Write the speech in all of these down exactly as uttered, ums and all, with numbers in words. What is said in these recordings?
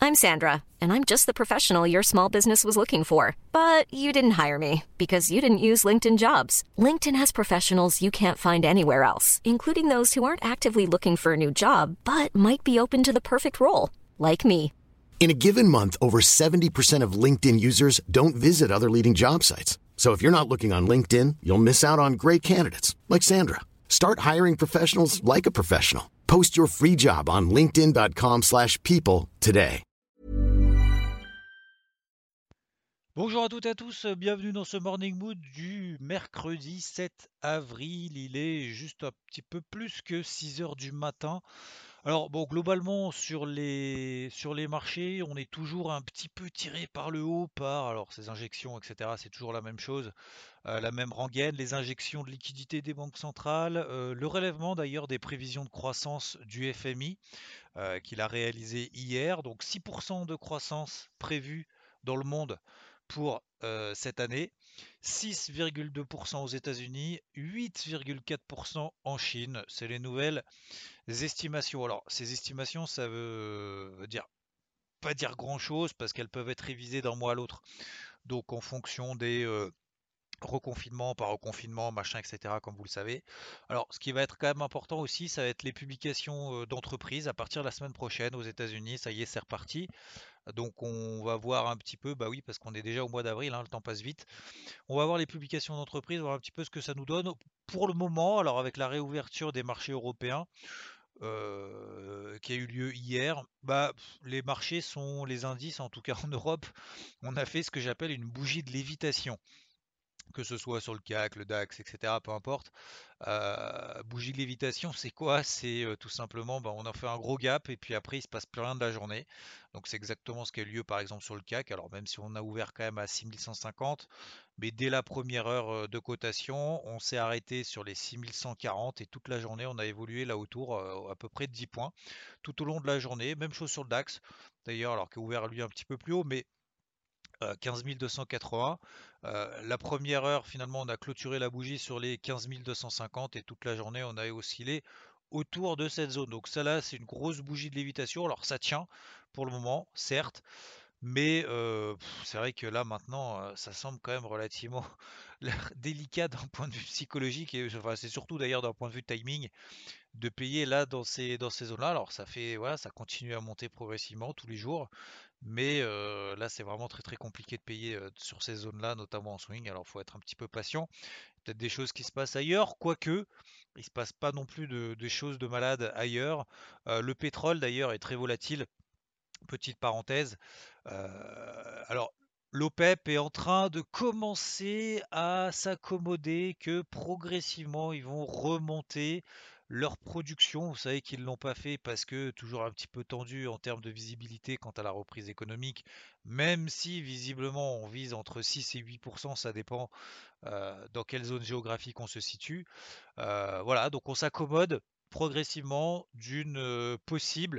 I'm Sandra, and I'm just the professional your small business was looking for. But you didn't hire me because you didn't use LinkedIn Jobs. LinkedIn has professionals you can't find anywhere else, including those who aren't actively looking for a new job, but might be open to the perfect role, like me. In a given month, over seventy percent of LinkedIn users don't visit other leading job sites. So if you're not looking on LinkedIn, you'll miss out on great candidates like Sandra. Start hiring professionals like a professional. Post your free job on linkedin dot com slash people today. Bonjour à toutes et à tous, bienvenue dans ce Morning Mood du mercredi sept avril. Il est juste un petit peu plus que six heures du matin. Alors bon, globalement sur les, sur les marchés, on est toujours un petit peu tiré par le haut par alors ces injections, et cetera. C'est toujours la même chose, euh, la même rengaine, les injections de liquidités des banques centrales, euh, le relèvement d'ailleurs des prévisions de croissance du F M I euh, qu'il a réalisé hier. Donc six pour cent de croissance prévue dans le monde pour euh, cette année, six virgule deux pour cent aux États-Unis, huit virgule quatre pour cent en Chine. C'est les nouvelles estimations. Alors, ces estimations, ça veut, veut dire pas dire grand-chose parce qu'elles peuvent être révisées d'un mois à l'autre. Donc, en fonction des euh, reconfinement par reconfinement, machin, et cetera, comme vous le savez. Alors, ce qui va être quand même important aussi, ça va être les publications euh, d'entreprises à partir de la semaine prochaine aux États-Unis. Ça y est, c'est reparti. Donc, on va voir un petit peu, bah oui, parce qu'on est déjà au mois d'avril, hein, le temps passe vite. On va voir les publications d'entreprises, voir un petit peu ce que ça nous donne. Pour le moment, alors avec la réouverture des marchés européens, euh, qui a eu lieu hier, bah, les marchés sont, les indices, en tout cas en Europe, on a fait ce que j'appelle une bougie de lévitation, que ce soit sur le C A C, le DAX, et cetera, peu importe. Euh, bougie de lévitation, c'est quoi? C'est euh, tout simplement, bah, on en fait un gros gap et puis après il se passe plus rien de la journée. Donc c'est exactement ce qui a eu lieu par exemple sur le C A C. Alors même si on a ouvert quand même à six mille cent cinquante, mais dès la première heure euh, de cotation, on s'est arrêté sur les six mille cent quarante et toute la journée on a évolué là autour euh, à peu près de dix points tout au long de la journée. Même chose sur le DAX d'ailleurs, alors qu'il a ouvert lui un petit peu plus haut, mais euh, quinze mille deux cent quatre-vingts. Euh, la première heure, finalement, on a clôturé la bougie sur les quinze mille deux cent cinquante et toute la journée, on a oscillé autour de cette zone. Donc ça là, c'est une grosse bougie de lévitation. Alors ça tient pour le moment, certes, mais euh, pff, c'est vrai que là maintenant, euh, ça semble quand même relativement délicat d'un point de vue psychologique et enfin, c'est surtout d'ailleurs d'un point de vue timing de payer là dans ces dans ces zones-là. Alors ça fait voilà, ça continue à monter progressivement tous les jours. Mais euh, là, c'est vraiment très très compliqué de payer euh, sur ces zones-là, notamment en swing. Alors, il faut être un petit peu patient. Peut-être des choses qui se passent ailleurs, quoique il se passe pas non plus de, des choses de malades ailleurs. Euh, le pétrole, d'ailleurs, est très volatile. Petite parenthèse. Euh, alors, l'OPEP est en train de commencer à s'accommoder que progressivement ils vont remonter leur production. Vous savez qu'ils ne l'ont pas fait parce que toujours un petit peu tendu en termes de visibilité quant à la reprise économique, même si visiblement on vise entre six et huit pour cent, ça dépend euh, dans quelle zone géographique on se situe. Euh, voilà, donc on s'accommode progressivement d'une euh, possible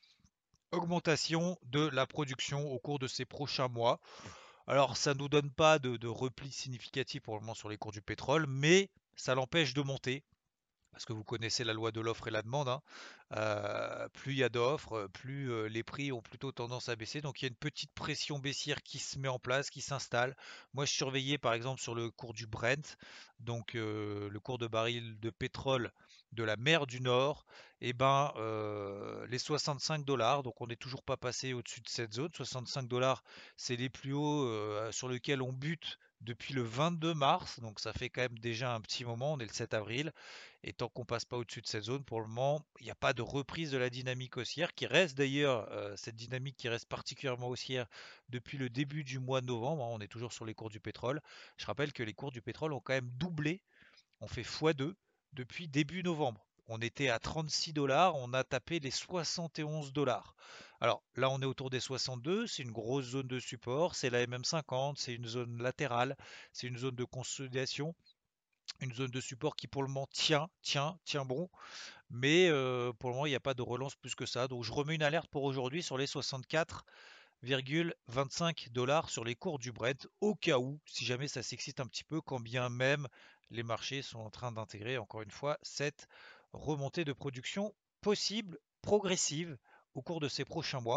augmentation de la production au cours de ces prochains mois. Alors, ça ne nous donne pas de, de repli significatif pour le moment sur les cours du pétrole, mais ça l'empêche de monter. Parce que vous connaissez la loi de l'offre et la demande, hein. Euh, plus il y a d'offres, plus euh, les prix ont plutôt tendance à baisser. Donc il y a une petite pression baissière qui se met en place, qui s'installe. Moi, je surveillais par exemple sur le cours du Brent, donc euh, le cours de baril de pétrole de la mer du Nord, et ben euh, les soixante-cinq dollars. Donc on n'est toujours pas passé au-dessus de cette zone. soixante-cinq dollars, c'est les plus hauts euh, sur lesquels on bute depuis le vingt-deux mars. Donc ça fait quand même déjà un petit moment. On est le sept avril. Et tant qu'on passe pas au-dessus de cette zone, pour le moment, il n'y a pas de reprise de la dynamique haussière, qui reste d'ailleurs, euh, cette dynamique qui reste particulièrement haussière depuis le début du mois de novembre, hein. On est toujours sur les cours du pétrole. Je rappelle que les cours du pétrole ont quand même doublé, on fait fois deux depuis début novembre. On était à trente-six dollars, on a tapé les soixante et onze dollars. Alors là, on est autour des soixante-deux, c'est une grosse zone de support, c'est la M M cinquante, c'est une zone latérale, c'est une zone de consolidation, une zone de support qui pour le moment tient, tient, tient bon, mais euh, pour le moment il n'y a pas de relance plus que ça. Donc je remets une alerte pour aujourd'hui sur les soixante-quatre virgule vingt-cinq dollars sur les cours du Brent, au cas où, si jamais ça s'excite un petit peu, quand bien même les marchés sont en train d'intégrer encore une fois cette remontée de production possible, progressive, au cours de ces prochains mois.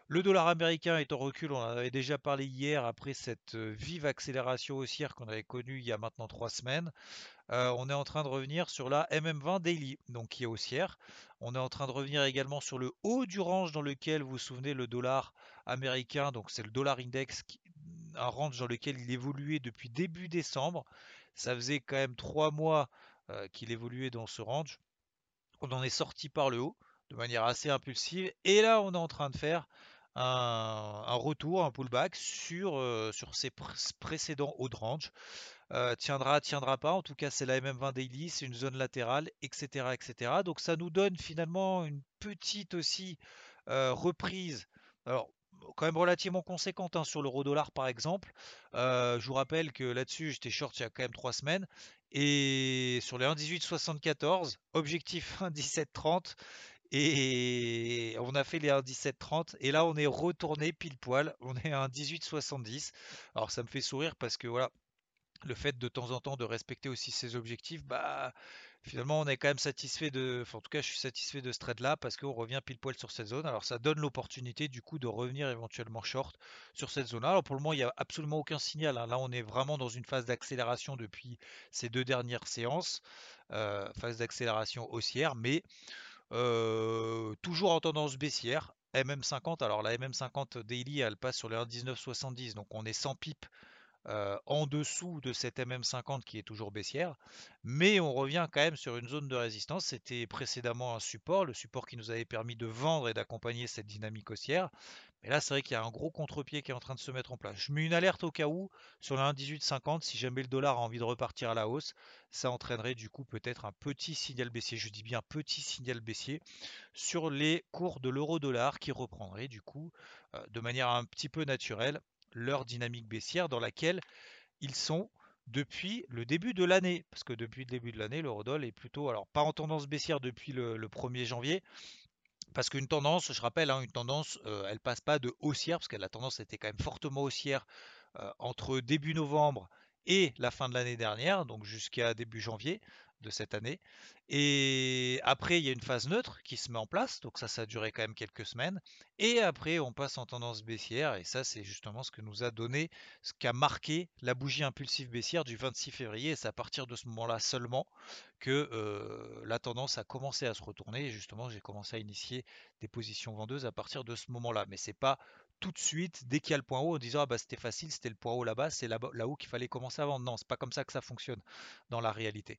Le dollar américain est en recul, on en avait déjà parlé hier après cette euh, vive accélération haussière qu'on avait connue il y a maintenant trois semaines. Euh, on est en train de revenir sur la M M vingt Daily, donc qui est haussière. On est en train de revenir également sur le haut du range dans lequel, vous vous souvenez, le dollar américain, donc c'est le dollar index, qui- un range dans lequel il évoluait depuis début décembre. Ça faisait quand même trois mois euh, qu'il évoluait dans ce range. On en est sorti par le haut de manière assez impulsive. Et là, on est en train de faire un, un retour, un pullback sur, euh, sur ses pr- précédents hauts de range. Euh, tiendra, tiendra pas. En tout cas, c'est la M M vingt Daily, c'est une zone latérale, et cetera, et cetera. Donc ça nous donne finalement une petite aussi euh, reprise. Alors, quand même relativement conséquente hein, sur l'euro dollar par exemple. Euh, je vous rappelle que là-dessus, j'étais short il y a quand même trois semaines. Et sur les un virgule dix-huit soixante-quatorze, objectif un virgule dix-sept trente. Et on a fait les un virgule dix-sept trente. Et là, on est retourné pile poil. On est à un virgule dix-huit soixante-dix. Alors ça me fait sourire parce que voilà, le fait de temps en temps de respecter aussi ses objectifs, bah finalement on est quand même satisfait de, enfin, en tout cas je suis satisfait de ce trade là parce qu'on revient pile poil sur cette zone. Alors ça donne l'opportunité du coup de revenir éventuellement short sur cette zone là. Alors pour le moment il n'y a absolument aucun signal, hein. Là on est vraiment dans une phase d'accélération depuis ces deux dernières séances, euh, phase d'accélération haussière, mais euh, toujours en tendance baissière. M M cinquante, alors la M M cinquante daily elle passe sur les un virgule dix-neuf soixante-dix, donc on est cent pips euh, en dessous de cette M M cinquante qui est toujours baissière, mais on revient quand même sur une zone de résistance. C'était précédemment un support, le support qui nous avait permis de vendre et d'accompagner cette dynamique haussière. Mais là, c'est vrai qu'il y a un gros contre-pied qui est en train de se mettre en place. Je mets une alerte au cas où sur le un virgule dix-huit cinquante, si jamais le dollar a envie de repartir à la hausse, ça entraînerait du coup peut-être un petit signal baissier, je dis bien petit signal baissier, sur les cours de l'euro-dollar qui reprendrait du coup euh, de manière un petit peu naturelle leur dynamique baissière dans laquelle ils sont depuis le début de l'année. Parce que depuis le début de l'année, l'eurodoll est plutôt, alors pas en tendance baissière depuis le, le premier janvier, parce qu'une tendance, je rappelle, hein, une tendance, euh, elle passe pas de haussière, parce que la tendance était quand même fortement haussière euh, entre début novembre et la fin de l'année dernière, donc jusqu'à début janvier de cette année. Et après, il y a une phase neutre qui se met en place, donc ça, ça a duré quand même quelques semaines. Et après, on passe en tendance baissière, et ça, c'est justement ce que nous a donné, ce qu'a marqué la bougie impulsive baissière du vingt-six février. Et c'est à partir de ce moment-là seulement que euh, la tendance a commencé à se retourner. Et justement, j'ai commencé à initier des positions vendeuses à partir de ce moment-là. Mais c'est pas tout de suite, dès qu'il y a le point haut, en disant ah bah c'était facile, c'était le point haut là-bas, c'est là-bas- là-haut qu'il fallait commencer à vendre. Non, c'est pas comme ça que ça fonctionne dans la réalité.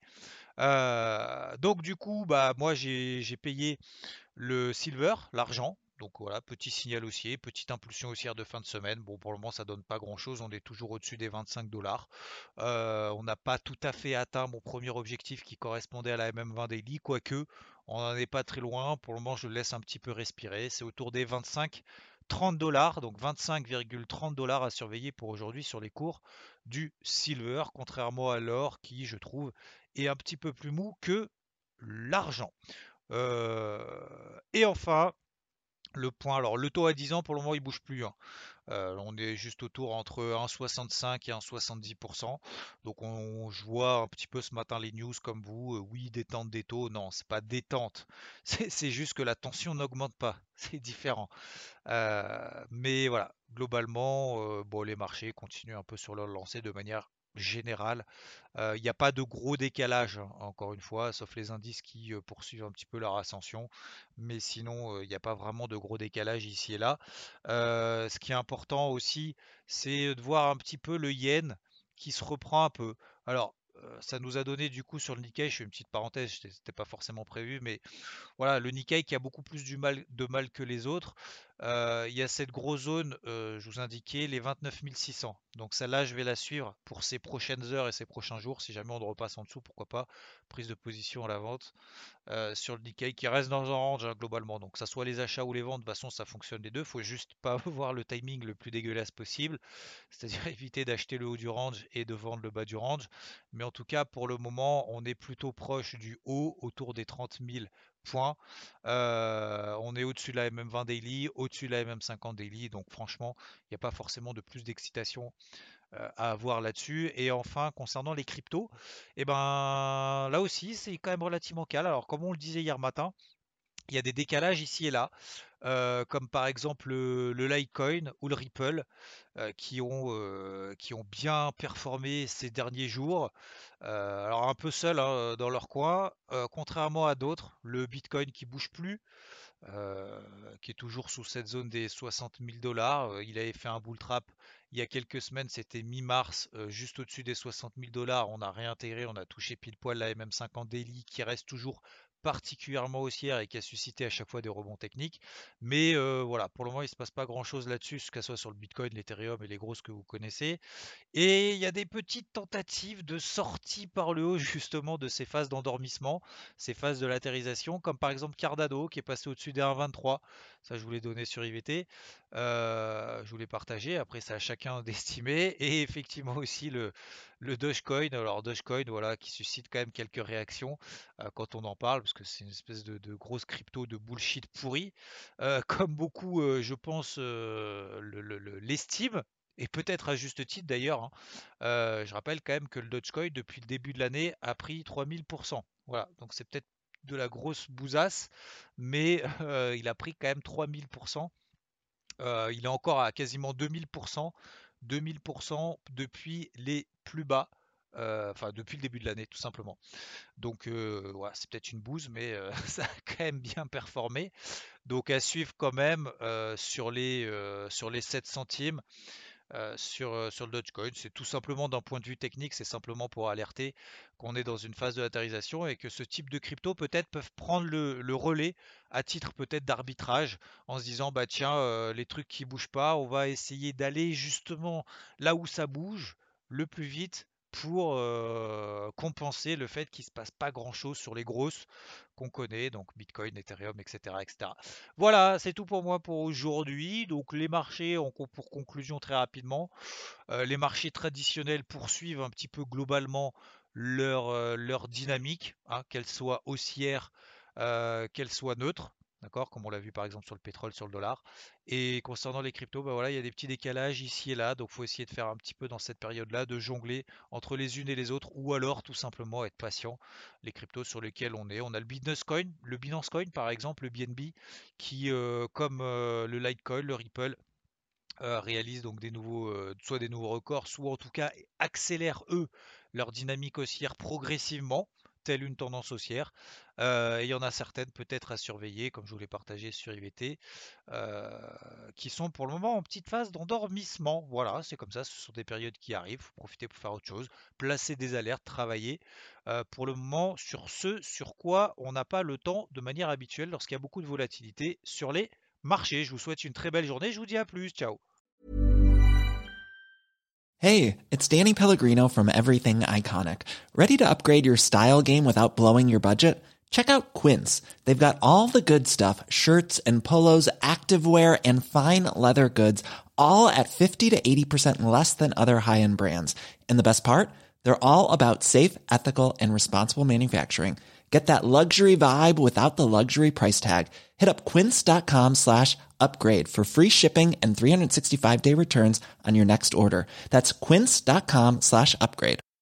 Euh, donc du coup, bah moi j'ai j'ai payé le silver, l'argent. Donc voilà, petit signal haussier, petite impulsion haussière de fin de semaine. Bon, pour le moment, ça donne pas grand-chose. On est toujours au-dessus des vingt-cinq dollars. Euh, on n'a pas tout à fait atteint mon premier objectif qui correspondait à la M M vingt Daily, quoique on n'en est pas très loin. Pour le moment, je le laisse un petit peu respirer. C'est autour des vingt-cinq trente dollars, donc vingt-cinq virgule trente dollars à surveiller pour aujourd'hui sur les cours du silver, contrairement à l'or qui, je trouve, est un petit peu plus mou que l'argent. Euh, et enfin, le point, alors le taux à dix ans pour le moment il bouge plus, hein. Euh, on est juste autour entre un virgule soixante-cinq et un virgule soixante-dix pour cent. Donc on, je vois un petit peu ce matin les news comme vous, euh, oui détente des taux, non c'est pas détente, c'est c'est juste que la tension n'augmente pas, c'est différent. Euh, mais voilà, globalement, euh, bon, les marchés continuent un peu sur leur lancée de manière générale. Euh, Il n'y a pas de gros décalage, hein, encore une fois, sauf les indices qui euh, poursuivent un petit peu leur ascension. Mais sinon, euh, il n'y a pas vraiment de gros décalage ici et là. Euh, ce qui est important aussi, c'est de voir un petit peu le yen qui se reprend un peu. Alors, euh, ça nous a donné du coup sur le Nikkei, je fais une petite parenthèse, c'était c'était pas forcément prévu, mais voilà, le Nikkei qui a beaucoup plus du mal, de mal que les autres. Euh, il y a cette grosse zone, euh, je vous indiquais, les vingt-neuf mille six cents. Donc celle-là, je vais la suivre pour ces prochaines heures et ces prochains jours. Si jamais on repasse en dessous, pourquoi pas, prise de position à la vente euh, sur le Nikkei qui reste dans un range hein, globalement. Donc, que ça soit les achats ou les ventes, de toute façon, ça fonctionne les deux. Faut juste pas voir le timing le plus dégueulasse possible, c'est-à-dire éviter d'acheter le haut du range et de vendre le bas du range. Mais en tout cas, pour le moment, on est plutôt proche du haut, autour des trente mille points. Euh, on est au-dessus de la M M vingt Daily, au-dessus de la M M cinquante Daily. Donc, franchement, il n'y a pas forcément de plus d'excitation euh, à avoir là-dessus. Et enfin, concernant les cryptos, et ben là aussi, c'est quand même relativement calme. Alors, comme on le disait hier matin, il y a des décalages ici et là, euh, comme par exemple le, le Litecoin ou le Ripple, euh, qui ont, euh, qui ont bien performé ces derniers jours. Euh, alors un peu seuls hein, dans leur coin, euh, contrairement à d'autres, le Bitcoin qui bouge plus, euh, qui est toujours sous cette zone des soixante mille dollars. Euh, Il avait fait un bull trap il y a quelques semaines, c'était mi-mars, euh, juste au-dessus des soixante mille dollars. On a réintégré, on a touché pile poil la M M cinquante Daily qui reste toujours particulièrement haussière et qui a suscité à chaque fois des rebonds techniques. Mais euh, voilà, pour le moment, il ne se passe pas grand-chose là-dessus, que ce soit sur le Bitcoin, l'Ethereum et les grosses que vous connaissez. Et il y a des petites tentatives de sortie par le haut justement de ces phases d'endormissement, ces phases de latérisation, comme par exemple Cardano qui est passé au-dessus des un virgule vingt-trois. Ça, je vous l'ai donné sur I V T. Euh, je vous l'ai partagé. Après, c'est à chacun d'estimer. Et effectivement aussi le, le Dogecoin. Alors Dogecoin, voilà, qui suscite quand même quelques réactions euh, quand on en parle, parce que c'est une espèce de, de grosse crypto de bullshit pourri. Euh, comme beaucoup, euh, je pense, euh, le- le- le- l'estiment et peut-être à juste titre d'ailleurs, hein. Euh, je rappelle quand même que le Dogecoin, depuis le début de l'année, a pris trois mille pour cent. Voilà, donc c'est peut-être de la grosse bousasse, mais euh, il a pris quand même trois mille pour cent. Euh, il est encore à quasiment deux mille pour cent, deux mille pour cent depuis les plus bas, euh, enfin depuis le début de l'année tout simplement. Donc euh, voilà, c'est peut-être une bouse, mais euh, ça a quand même bien performé. Donc à suivre quand même euh, sur les, euh, sur les sept centimes. Euh, sur, euh, sur le Dogecoin. C'est tout simplement d'un point de vue technique, c'est simplement pour alerter qu'on est dans une phase de latérisation et que ce type de crypto peut-être peuvent prendre le, le relais à titre peut-être d'arbitrage en se disant bah tiens euh, les trucs qui bougent pas, on va essayer d'aller justement là où ça bouge le plus vite pour euh, compenser le fait qu'il ne se passe pas grand-chose sur les grosses qu'on connaît, donc Bitcoin, Ethereum, et cetera, et cetera. Voilà, c'est tout pour moi pour aujourd'hui. Donc les marchés, en co- pour conclusion très rapidement, euh, les marchés traditionnels poursuivent un petit peu globalement leur, euh, leur dynamique, hein, qu'elle soit haussière, euh, qu'elle soit neutre. D'accord, comme on l'a vu par exemple sur le pétrole, sur le dollar. Et concernant les cryptos, bah voilà, il y a des petits décalages ici et là, donc il faut essayer de faire un petit peu dans cette période-là, de jongler entre les unes et les autres, ou alors tout simplement être patient. Les cryptos sur lesquels on est, on a le Binance Coin, le Binance Coin par exemple, le B N B, qui euh, comme euh, le Litecoin, le Ripple, euh, réalisent donc des nouveaux, euh, soit des nouveaux records, soit en tout cas accélèrent eux leur dynamique haussière progressivement, telle une tendance haussière. Euh, et il y en a certaines peut-être à surveiller, comme je vous l'ai partagé sur I V T, euh, qui sont pour le moment en petite phase d'endormissement. Voilà, c'est comme ça, ce sont des périodes qui arrivent, faut profiter pour faire autre chose, placer des alertes, travailler. Euh, pour le moment, sur ce sur quoi on n'a pas le temps de manière habituelle lorsqu'il y a beaucoup de volatilité sur les marchés. Je vous souhaite une très belle journée, je vous dis à plus, ciao. Hey, it's Danny Pellegrino from Everything Iconic. Ready to upgrade your style game without blowing your budget? Check out Quince. They've got all the good stuff, shirts and polos, activewear, and fine leather goods, all at fifty to eighty percent less than other high-end brands. And the best part? They're all about safe, ethical, and responsible manufacturing. Get that luxury vibe without the luxury price tag. Hit up quince.com slash upgrade for free shipping and three sixty-five day returns on your next order. That's quince.com slash upgrade.